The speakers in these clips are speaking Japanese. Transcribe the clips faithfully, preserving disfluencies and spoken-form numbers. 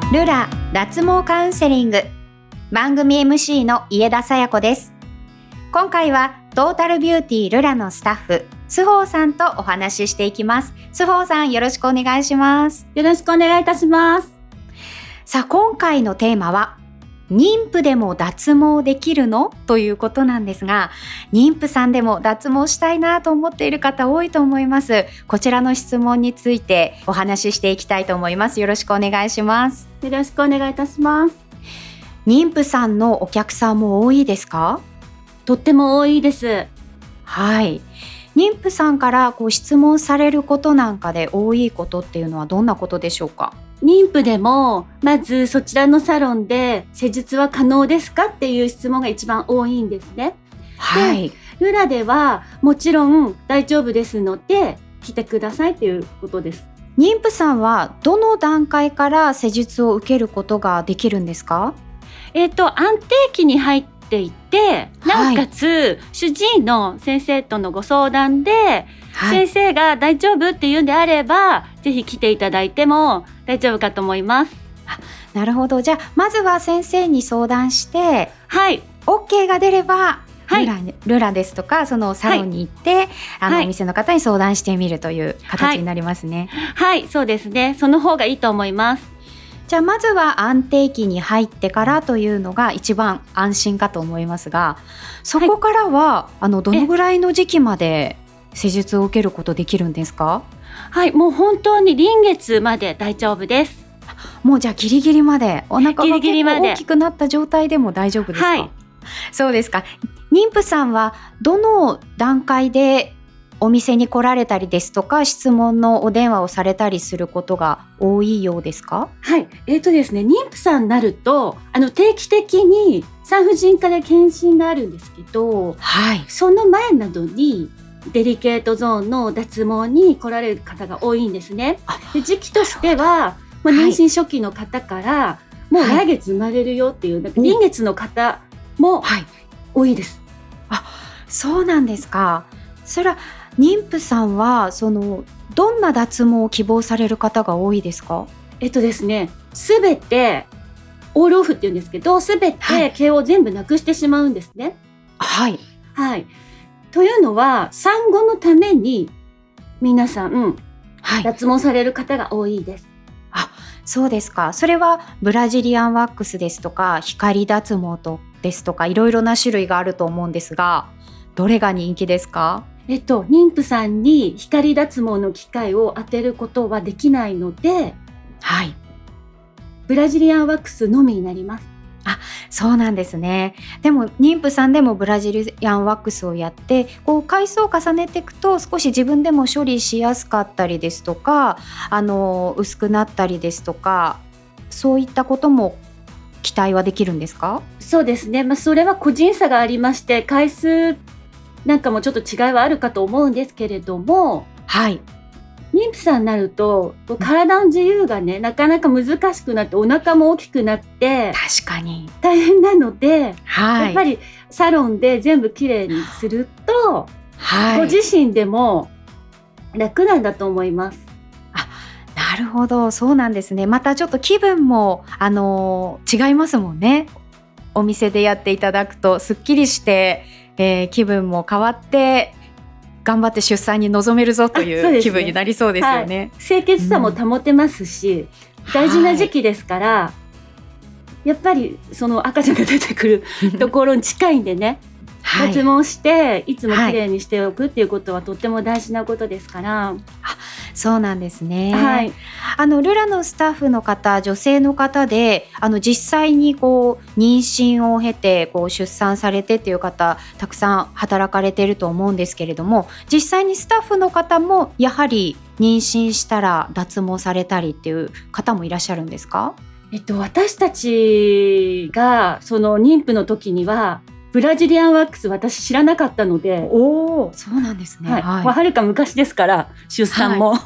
ルラ脱毛カウンセリング、番組 エムシー の家田紗耶子です。今回はトータルビューティールラのスタッフ須宝さんとお話ししていきます。須宝さん、よろしくお願いします。 よろしくお願いいたします。 さあ、今回のテーマは妊婦でも脱毛できるのということなんですが、妊婦さんでも脱毛したいなと思っている方多いと思います。こちらの質問についてお話ししていきたいと思います。よろしくお願いします。 よろしくお願いいたします。 妊婦さんのお客さんも多いですか？ とっても多いです。 はい。妊婦さんからこう質問されることなんかで多いことっていうのはどんなことでしょうか？ 妊婦でもまずそちらのサロンで施術は可能ですかっていう質問が一番多いんですね。 はい。 ルラではもちろん大丈夫ですので来てくださいということです。 妊婦さんはどの段階から施術を受けることができるんですか？ えっと安定期に入っていて、なおかつ、はい、主治医の先生とのご相談で、はい、先生が大丈夫っていうんであればぜひ来ていただいても大丈夫かと思います。 あ、なるほど。じゃあまずは先生に相談して、 はい、 OK が出れば、 はい、 ルラ、ルラですとかそのサロンに行って、はい、あの、はい、お店の方に相談してみるという形になりますね。 はい、はい、そうですね。その方がいいと思います。 じゃあまずは安定期に入ってからというのが一番安心かと思いますが、そこからは、はい、あのどのぐらいの時期まで施術を受けることできるんですか？ はい、もう本当に臨月まで大丈夫です。 もうじゃあギリギリまで、お腹が結構大きくなった状態でも大丈夫ですか？はい、そうですか。妊婦さんはどの段階でお店に来られたりですとか、質問のお電話をされたりすることが多いようですか？ はい、えーとですね、妊婦さんになるとあの定期的に産婦人科で検診があるんですけど、 はい、 その前などにデリケートゾーンの脱毛に来られる方が多いんですね。で、時期としてはもう妊娠初期の方から、はい、もう来月生まれるよっていう、なんか臨月の方も多いです。 はい、あ、そうなんですか。それは妊婦さんはそのどんな脱毛を希望される方が多いですか？ えっとですね、すべてオールオフって言うんですけど、すべて毛を全部なくしてしまうんですね。 はい、 はい、というのは産後のために皆さん、はい、脱毛される方が多いです。 あ、そうですか。それはブラジリアンワックスですとか光脱毛とですとかいろいろな種類があると思うんですが、どれが人気ですか？ えっと、妊婦さんに光脱毛の機械を当てることはできないので、 はい、 ブラジリアンワックスのみになります。 あ、そうなんですね。でも妊婦さんでもブラジリアンワックスをやってこう回数を重ねていくと少し自分でも処理しやすかったりですとか、あの薄くなったりですとか、そういったことも期待はできるんですか？ そうですね、まあ、それは個人差がありまして、回数なんかもちょっと違いはあるかと思うんですけれども、 はい、 妊婦さんになると体の自由がね、なかなか難しくなって、お腹も大きくなって確かに大変なので、 はい、やっぱりサロンで全部きれいにすると、はい、ご自身でも楽なんだと思います。 あ、なるほど、そうなんですね。またちょっと気分も、あのー、違いますもんね。お店でやっていただくとすっきりしてえー、気分も変わって頑張って出産に臨めるぞという気分になりそうですよね。はい、 清潔さも保てますし、うん、大事な時期ですから、はい、やっぱりその赤ちゃんが出てくるところに近いんでねはい、脱毛していつもきれいにしておくっていうことはとっても大事なことですから。はい、 あ、そうなんですね。 はい、 あのルラのスタッフの方、女性の方であの実際にこう妊娠を経てこう出産されてっていう方たくさん働かれていると思うんですけれども、実際にスタッフの方もやはり妊娠したら脱毛されたりっていう方もいらっしゃるんですか？ えっと、私たちがその妊婦の時にはブラジリアンワックス私知らなかったので。 おー、そうなんですね。 はい、 はい、 はるか昔ですから出産も、はい、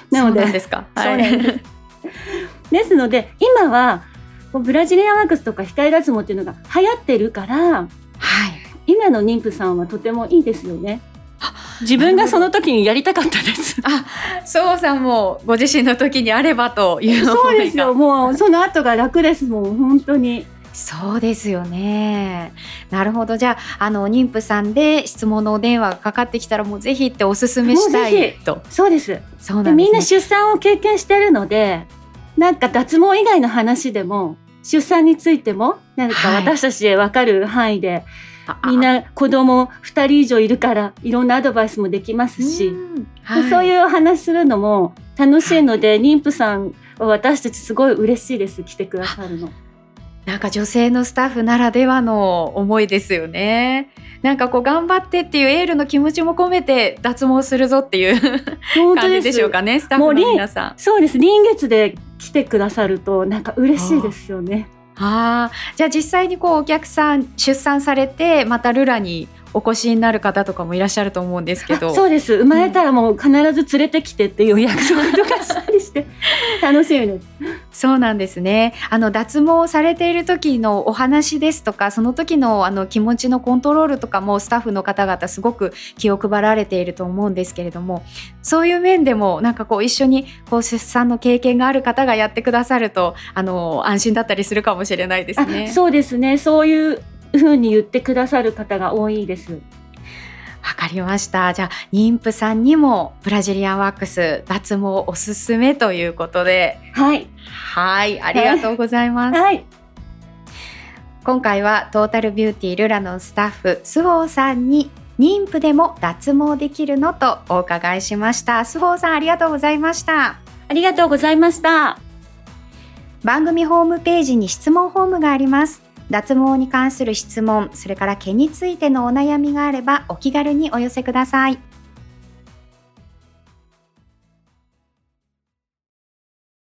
なのでそうなんですか。 はい、そうなんです。ですので今はブラジリアンワックスとか光脱毛っていうのが流行ってるから、 はい、 今の妊婦さんはとてもいいですよね。 あ、 自分がその時にやりたかったです。 あ、須郷さんもご自身の時にあればという思いが。 そうですよ。もうその後が楽ですもん、本当に。 そうですよね。なるほど。じゃあ、あの妊婦さんで質問のお電話がかかってきたらもうぜひっておすすめしたいと。 そうです。 そうなんですね。 みんな出産を経験してるので、なんか脱毛以外の話でも出産についてもなんか私たちで分かる範囲で、はい、みんな子供ふたり以上いるからいろんなアドバイスもできますし、はい、そういうお話するのも楽しいので、はい、妊婦さんは私たちすごい嬉しいです。来てくださるの。 なんか女性のスタッフならではの思いですよね。なんかこう頑張ってっていうエールの気持ちも込めて脱毛するぞっていう感じでしょうかね、スタッフの皆さん。 そうです。臨月で来てくださるとなんか嬉しいですよね。 ああ、じゃあ実際にこうお客さん出産されてまたルラにお越しになる方とかもいらっしゃると思うんですけど。 そうです。生まれたらもう必ず連れてきてっていう約束とかしたりして楽しみです。 そうなんですね。あの脱毛されている時のお話ですとか、その時のあの気持ちのコントロールとかもスタッフの方々すごく気を配られていると思うんですけれども、そういう面でもなんかこう一緒にこう出産の経験がある方がやってくださるとあの安心だったりするかもしれないですね。 そうですね。そういう風に言ってくださる方が多いです。 わかりました。じゃあ妊婦さんにもブラジリアンワックス脱毛おすすめということで、 はいはい、ありがとうございます。 はい、 今回はトータルビューティールラのスタッフ須郷さんに妊婦でも脱毛できるのとお伺いしました。須郷さん、ありがとうございました。 ありがとうございました。 番組ホームページに質問フォームがあります。脱毛に関する質問、それから毛についてのお悩みがあればお気軽にお寄せください。